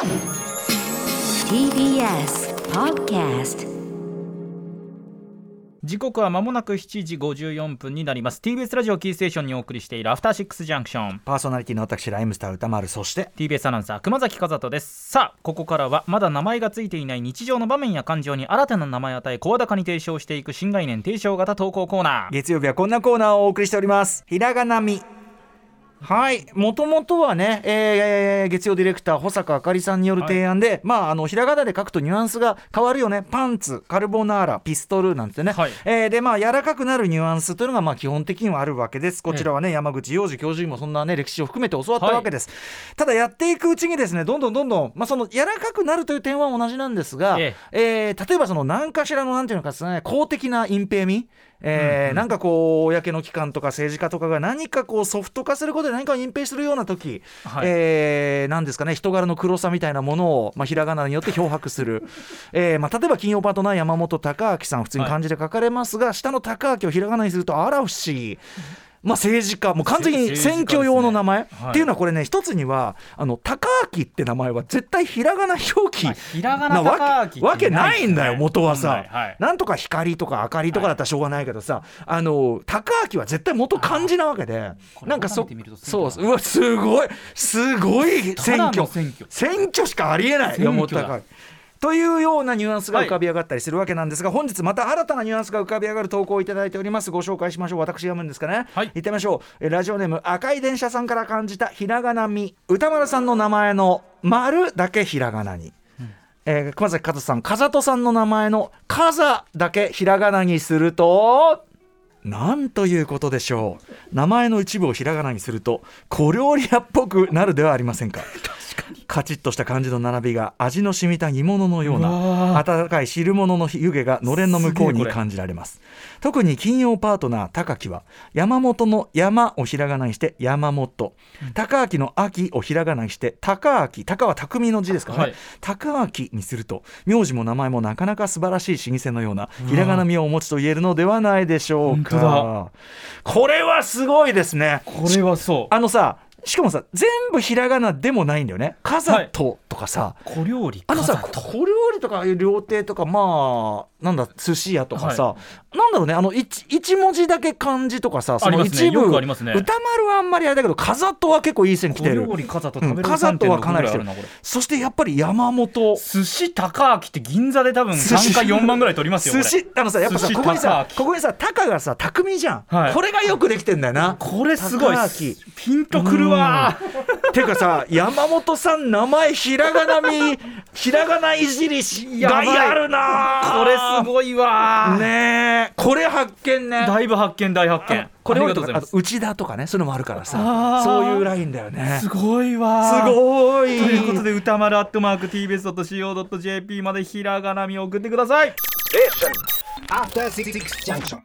TBS Podcast。 時刻は間もなく7時54分になります。 TBS ラジオキーステーションにお送りしているアフターシックスジャンクション、 パーソナリティの私ライムスター歌丸、そして TBS アナウンサー熊崎和人です。さあここからはまだ名前がついていない日常の場面や感情に新たな名前を与え声高に提唱していく新概念提唱型投稿コーナー。 月曜日はこんなコーナーをお送りしております。ひらがなみ。はい、もともとはね、月曜ディレクター保坂あかりさんによる提案で、ひらがなで書くとニュアンスが変わるよね。パンツ、カルボナーラ、ピストルなんてね、で柔らかくなるニュアンスというのが基本的にはあるわけです。こちらはね、山口洋二教授にもそんなね歴史を含めて教わったわけです、ただやっていくうちにですね、どんどん、その柔らかくなるという点は同じなんですが、例えばその何かしらのなんていうのかですね、公的な隠蔽味、なんかこう公の機関とか政治家とかが何かこうソフト化することで何かを隠蔽するような時、なんですかね、人柄の黒さみたいなものを、ひらがなによって漂白する、例えば金曜パートナー山本貴明さん、普通に漢字で書かれますが、下の貴明をひらがなにするとあら不思議、政治家、もう完全に選挙用の名前、っていうのはこれね、一つには高明って名前は絶対ひらがな表記なわけないんだよ、元はさ、なんとか光とか明かりとかだったらしょうがないけどさ、高明は絶対元漢字なわけで、なんかそううわ、すごい選挙しかありえないよ、もう高明というようなニュアンスが浮かび上がったりするわけなんですが、本日また新たなニュアンスが浮かび上がる投稿をいただいております。ご紹介しましょう。私読むんですかね、言ってみましょう。ラジオネーム赤い電車さんから感じたひらがなみ。歌丸さんの名前の丸だけひらがなに、熊崎和人さん、風戸さんの名前の風だけひらがなにするとなんということでしょう。名前の一部をひらがなにすると小料理屋っぽくなるではありませんか。カチッとした漢字の並びが味の染みた煮物のような温かい汁物の湯気がのれんの向こうに感じられます。特に金曜パートナー高木は山本の山をひらがなにして山本、高明の秋をひらがなにして高明、高は匠の字ですからね、高明にすると名字も名前もなかなか素晴らしい老舗のようなひらがなみをお持ちと言えるのではないでしょうか。これはすごいですね。 これはそうさ、しかもさ、全部ひらがなでもないんだよね。かざととかさ、 小料理、 小料理とか料亭とか、なんだ寿司屋とかさ、なんだろうね、一文字だけ漢字とかさ、その一部、歌丸はあんまりあれだけど、かざとは結構いい線来てる。 小料理かざと食べるかざとはかなり来てる。そしてやっぱり山本寿司高明って銀座で多分3か4万ぐらい取りますよ。 寿司さ、やっぱさ、ここにさ高がさ匠じゃん、これがよくできてんだよな。 これすごいピンとくるわ。 てかさ、山本さん名前ひらがなみひらがないじりがやるな。 これすごいわね。これ発見ね。 だいぶ発見、大発見。 これあと内田とかね、そういうのもあるからさ、そういうラインだよね。 すごいわ。 すごい。 ということで歌丸@tbs.co.jp までひらがなみを送ってください。 After 66 junction。